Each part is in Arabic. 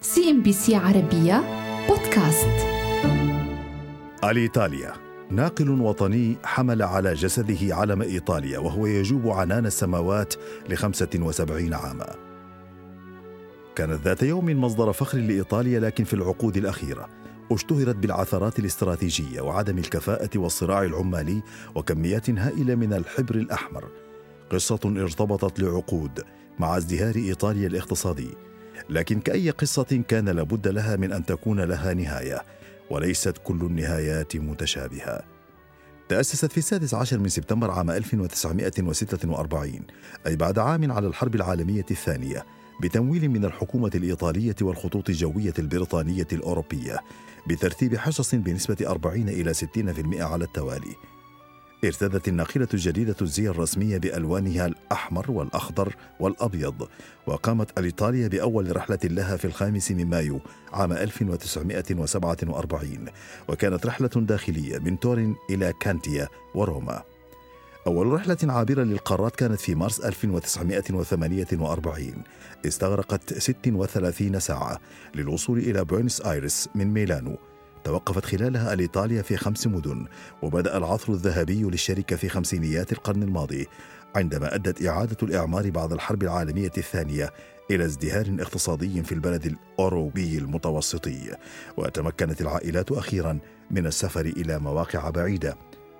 CNBC عربية بودكاست. الإيطاليا، ناقل وطني حمل على جسده علم إيطاليا وهو يجوب عنان السماوات ل75 عاما. كانت ذات يوم مصدر فخر لإيطاليا، لكن في العقود الأخيرة اشتهرت بالعثرات الاستراتيجية وعدم الكفاءة والصراع العمالي وكميات هائلة من الحبر الأحمر. قصة ارتبطت لعقود مع ازدهار إيطاليا الاقتصادي، لكن كأي قصة كان لابد لها من أن تكون لها نهاية، وليست كل النهايات متشابهة. تأسست في 16 من سبتمبر عام 1946، أي بعد عام على الحرب العالمية الثانية، بتمويل من الحكومة الإيطالية والخطوط الجوية البريطانية الأوروبية، بترتيب حصص بنسبة 40 إلى 60% على التوالي. ارتدت الناقلة الجديدة الزي الرسمية بألوانها الأحمر والأخضر والأبيض، وقامت الإيطاليا بأول رحلة لها في 5 من مايو عام 1947، وكانت رحلة داخلية من تورين إلى كانتيا وروما. أول رحلة عابرة للقارات كانت في مارس 1948، استغرقت 36 ساعة للوصول إلى بوينس آيرس من ميلانو. توقفت خلالها الإيطاليا في 5 مدن، وبدأ العصر الذهبي للشركة في خمسينيات القرن الماضي، عندما أدت إعادة الإعمار بعد الحرب العالمية الثانية إلى ازدهار اقتصادي في البلد الأوروبي المتوسطي، وتمكنت العائلات أخيرا من السفر إلى مواقع بعيدة.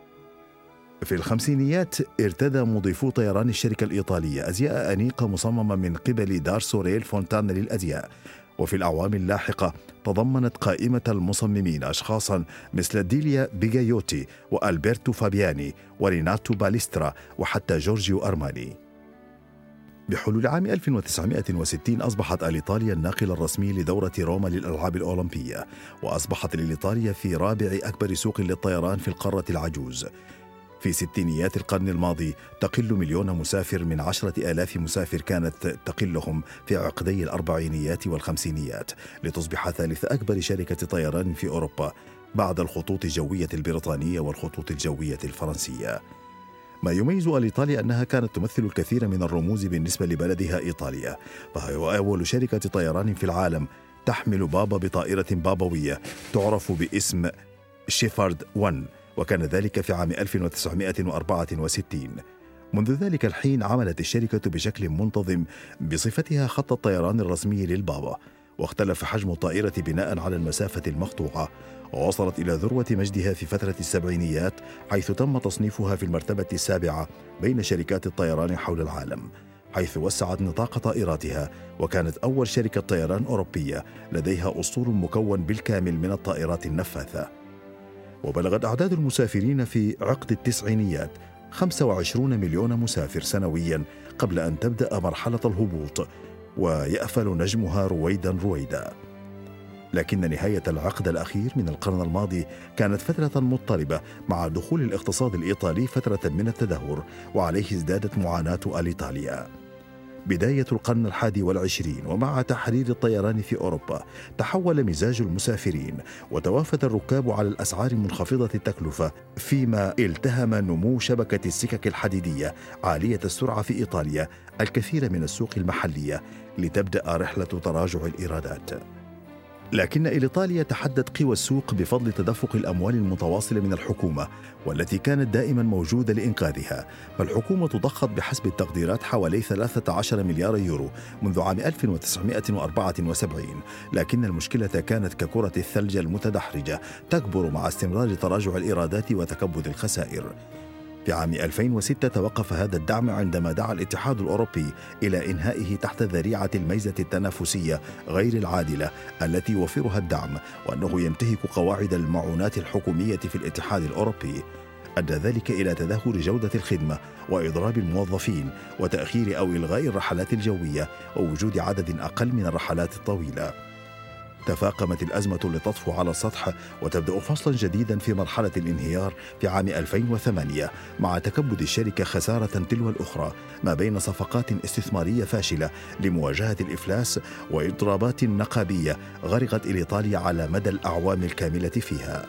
في الخمسينيات ارتدى مضيفو طيران الشركة الإيطالية أزياء أنيقة مصممة من قبل دار سوريل فونتانا للأزياء، وفي الأعوام اللاحقة تضمنت قائمة المصممين أشخاصا مثل ديليا بيغايوتي وألبرتو فابياني وريناتو باليسترا وحتى جورجيو أرماني. بحلول عام 1960 أصبحت الإيطاليا الناقل الرسمي لدورة روما للألعاب الأولمبية، وأصبحت الإيطاليا في رابع أكبر سوق للطيران في القارة العجوز. في ستينيات القرن الماضي تقل 1,000,000 مسافر من 10,000 مسافر كانت تقلهم في عقدي الأربعينيات والخمسينيات، لتصبح ثالث أكبر شركة طيران في أوروبا بعد الخطوط الجوية البريطانية والخطوط الجوية الفرنسية. ما يميز الإيطاليا أنها كانت تمثل الكثير من الرموز بالنسبة لبلدها إيطاليا، فهي أول شركة طيران في العالم تحمل بابا بطائرة بابوية تعرف باسم شيفارد 1، وكان ذلك في عام 1964. منذ ذلك الحين عملت الشركة بشكل منتظم بصفتها خط الطيران الرسمي للبابا، واختلف حجم الطائرة بناء على المسافة المقطوعة، ووصلت إلى ذروة مجدها في فترة السبعينيات، حيث تم تصنيفها في المرتبة السابعة بين شركات الطيران حول العالم، حيث وسعت نطاق طائراتها، وكانت أول شركة طيران أوروبية لديها أسطول مكون بالكامل من الطائرات النفاثة. وبلغت أعداد المسافرين في عقد التسعينيات 25 مليون مسافر سنويا قبل أن تبدأ مرحلة الهبوط، ويأفل نجمها رويدا. لكن نهاية العقد الأخير من القرن الماضي كانت فترة مضطربة، مع دخول الاقتصاد الإيطالي فترة من التدهور، وعليه ازدادت معاناة الإيطاليا. بداية القرن 21 ومع تحرير الطيران في أوروبا تحول مزاج المسافرين، وتوافد الركاب على الأسعار منخفضة التكلفة، فيما التهم نمو شبكة السكك الحديدية عالية السرعة في إيطاليا الكثير من السوق المحلية، لتبدأ رحلة تراجع الإيرادات. لكن إيطاليا تحدت قوى السوق بفضل تدفق الأموال المتواصلة من الحكومة، والتي كانت دائما موجودة لإنقاذها. فالحكومة ضخت بحسب التقديرات حوالي 13 مليار يورو منذ عام 1974، لكن المشكلة كانت ككرة الثلج المتدحرجة تكبر مع استمرار تراجع الإيرادات وتكبد الخسائر. في عام 2006 توقف هذا الدعم عندما دعا الاتحاد الأوروبي إلى إنهائه تحت ذريعة الميزة التنافسية غير العادلة التي يوفرها الدعم، وأنه ينتهك قواعد المعونات الحكومية في الاتحاد الأوروبي. أدى ذلك إلى تدهور جودة الخدمة وإضراب الموظفين وتأخير أو إلغاء الرحلات الجوية ووجود عدد أقل من الرحلات الطويلة. تفاقمت الأزمة لتطفو على السطح وتبدأ فصلا جديدا في مرحلة الانهيار في عام 2008، مع تكبد الشركة خسارة تلو الأخرى، ما بين صفقات استثمارية فاشلة لمواجهة الإفلاس وإضرابات نقابية غرقت إيطاليا على مدى الأعوام الكاملة فيها.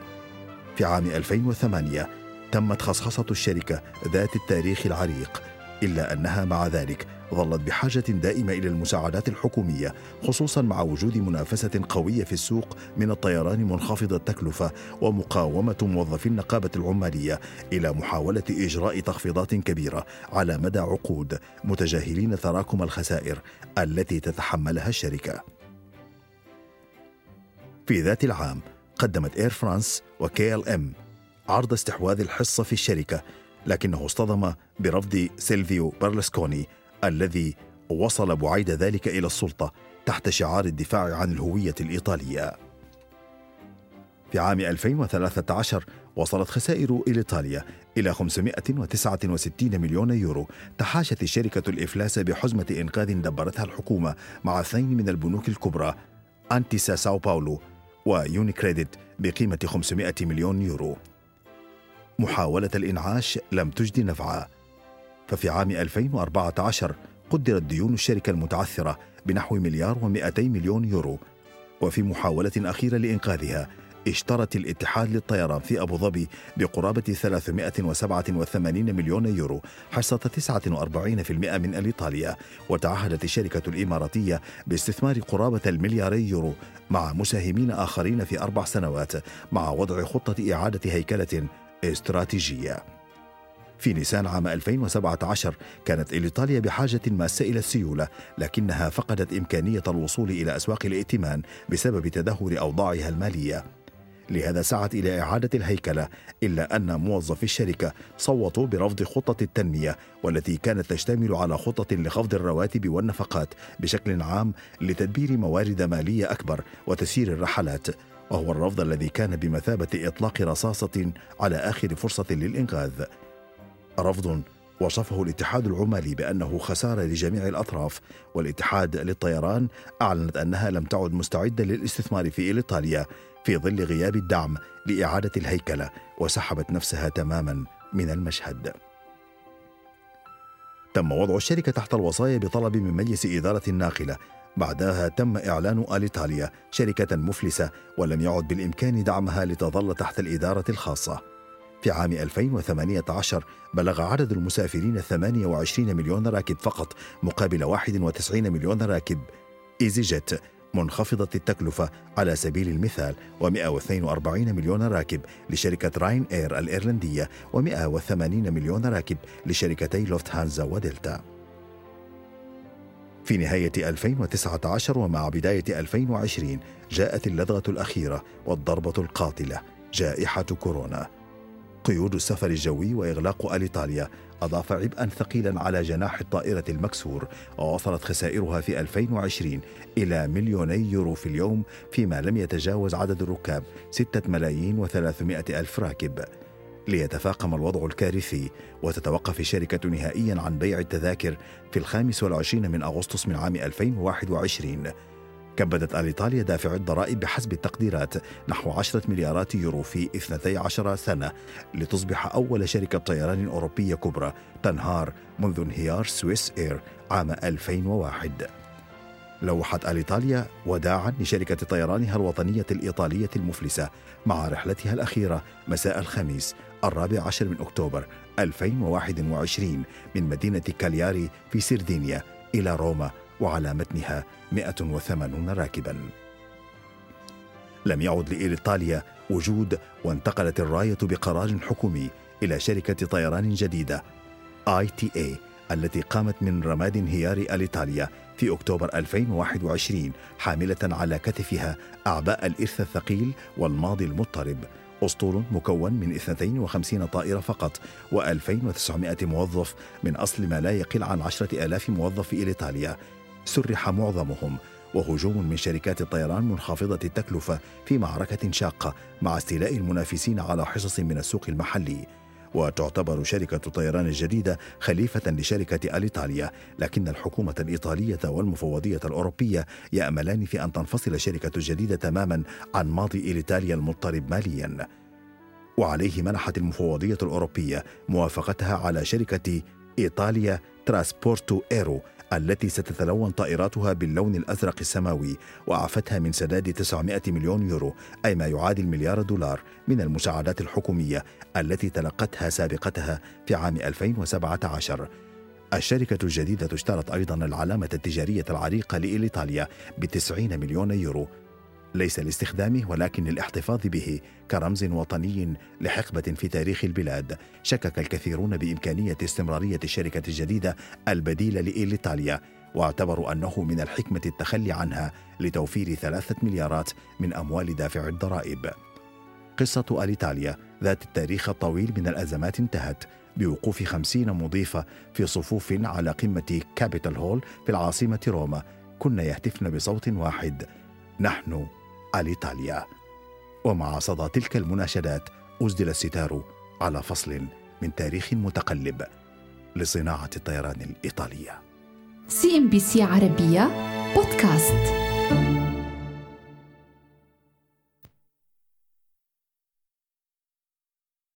في عام 2008 تمت خصخصة الشركة ذات التاريخ العريق إلا أنها مع ذلك ظلت بحاجة دائمة إلى المساعدات الحكومية، خصوصا مع وجود منافسة قوية في السوق من الطيران منخفض التكلفة ومقاومة موظفي النقابة العمالية إلى محاولة إجراء تخفيضات كبيرة على مدى عقود، متجاهلين تراكم الخسائر التي تتحملها الشركة. في ذات العام قدمت إير فرانس وKLM عرض استحواذ الحصة في الشركة، لكنه اصطدم برفض سيلفيو برلسكوني الذي وصل بعيد ذلك إلى السلطة تحت شعار الدفاع عن الهوية الإيطالية. في عام 2013 وصلت خسائر إيطاليا إلى 569 مليون يورو. تحاشت الشركة الإفلاس بحزمة إنقاذ دبرتها الحكومة مع اثنين من البنوك الكبرى، أنتيسا ساو باولو ويونيكريديت، بقيمة 500 مليون يورو. محاولة الإنعاش لم تجد نفعا، ففي عام 2014 قدرت ديون الشركة المتعثرة بنحو 1,200 مليون يورو. وفي محاولة أخيرة لإنقاذها اشترت الاتحاد للطيران في أبو ظبي بقرابة 387 مليون يورو حصة 49% من إيطاليا، وتعهدت الشركة الإماراتية باستثمار قرابة الملياري يورو مع مساهمين آخرين في 4 سنوات مع وضع خطة إعادة هيكلة استراتيجية. في نيسان عام 2017 كانت إيطاليا بحاجة ماسة إلى السيولة، لكنها فقدت إمكانية الوصول إلى أسواق الائتمان بسبب تدهور أوضاعها المالية. لهذا سعت إلى إعادة الهيكلة، إلا أن موظفي الشركة صوتوا برفض خطة التنمية والتي كانت تشتمل على خطة لخفض الرواتب والنفقات بشكل عام لتدبير موارد مالية أكبر وتسيير الرحلات، وهو الرفض الذي كان بمثابة إطلاق رصاصة على آخر فرصة للإنقاذ. رفض وصفه الاتحاد العمالي بأنه خسارة لجميع الأطراف، والاتحاد للطيران أعلنت أنها لم تعد مستعدة للاستثمار في إيطاليا في ظل غياب الدعم لإعادة الهيكلة، وسحبت نفسها تماما من المشهد. تم وضع الشركة تحت الوصاية بطلب من مجلس إدارة الناقلة. بعدها تم إعلان أليطاليا شركة مفلسة، ولم يعد بالإمكان دعمها لتظل تحت الإدارة الخاصة. في عام 2018 بلغ عدد المسافرين 28 مليون راكب فقط، مقابل 91 مليون راكب إيزي جيت منخفضة التكلفة على سبيل المثال، و142 مليون راكب لشركة راين إير الإيرلندية، و180 مليون راكب لشركتي لوفتهانزا ودلتا. في نهاية 2019 ومع بداية 2020 جاءت اللدغة الأخيرة والضربة القاتلة، جائحة كورونا. قيود السفر الجوي وإغلاق أليطاليا أضاف عبئا ثقيلا على جناح الطائرة المكسور، ووصلت خسائرها في 2020 إلى 2,000,000 يورو في اليوم، فيما لم يتجاوز عدد الركاب 6,300,000 راكب. ليتفاقم الوضع الكارثي وتتوقف الشركة نهائيا عن بيع التذاكر في 25 من أغسطس من عام 2021. كبدت أليطاليا دافع الضرائب بحسب التقديرات نحو 10 مليارات يورو في 12 سنة، لتصبح أول شركة طيران أوروبية كبرى تنهار منذ انهيار سويس إير عام 2001. لوحت أليطاليا وداعا لشركة طيرانها الوطنية الإيطالية المفلسة مع رحلتها الأخيرة مساء الخميس 14 من أكتوبر 2021 من مدينة كالياري في سردينيا إلى روما، وعلى متنها 180 راكبا. لم يعد لإيطاليا وجود، وانتقلت الراية بقرار حكومي إلى شركة طيران جديدة ITA التي قامت من رماد انهيار أليطاليا في أكتوبر 2021، حاملة على كتفها أعباء الإرث الثقيل والماضي المضطرب. أسطول مكون من 52 طائرة فقط و2900 موظف من أصل ما لا يقل عن 10,000 موظف في إيطاليا سرح معظمهم، وهجوم من شركات الطيران منخفضة التكلفة في معركة شاقة مع استيلاء المنافسين على حصص من السوق المحلي. وتعتبر شركة الطيران الجديدة خليفة لشركة أليطاليا، لكن الحكومة الإيطالية والمفوضية الأوروبية يأملان في أن تنفصل الشركة الجديدة تماما عن ماضي إيطاليا المضطرب ماليا. وعليه منحت المفوضية الأوروبية موافقتها على شركة إيطاليا تراسبورتو إيرو التي ستتلون طائراتها باللون الأزرق السماوي، وأعفتها من سداد 900 مليون يورو، أي ما يعادل مليار دولار من المساعدات الحكومية التي تلقتها سابقتها في عام 2017. الشركة الجديدة اشترت أيضا العلامة التجارية العريقة لإيطاليا ب90 مليون يورو، ليس لاستخدامه ولكن للاحتفاظ به كرمز وطني لحقبة في تاريخ البلاد. شكك الكثيرون بإمكانية استمرارية الشركة الجديدة البديلة لإيطاليا، واعتبروا أنه من الحكمة التخلي عنها لتوفير 3 مليارات من أموال دافع الضرائب. قصة أليتاليا ذات التاريخ الطويل من الأزمات انتهت بوقوف 50 مضيفة في صفوف على قمة كابيتال هول في العاصمة روما، كن يهتفن بصوت واحد: نحن أليتاليا. ومع صدى تلك المناشدات أسدل الستار على فصل من تاريخ متقلب لصناعة الطيران الإيطالية. CNBC عربية بودكاست.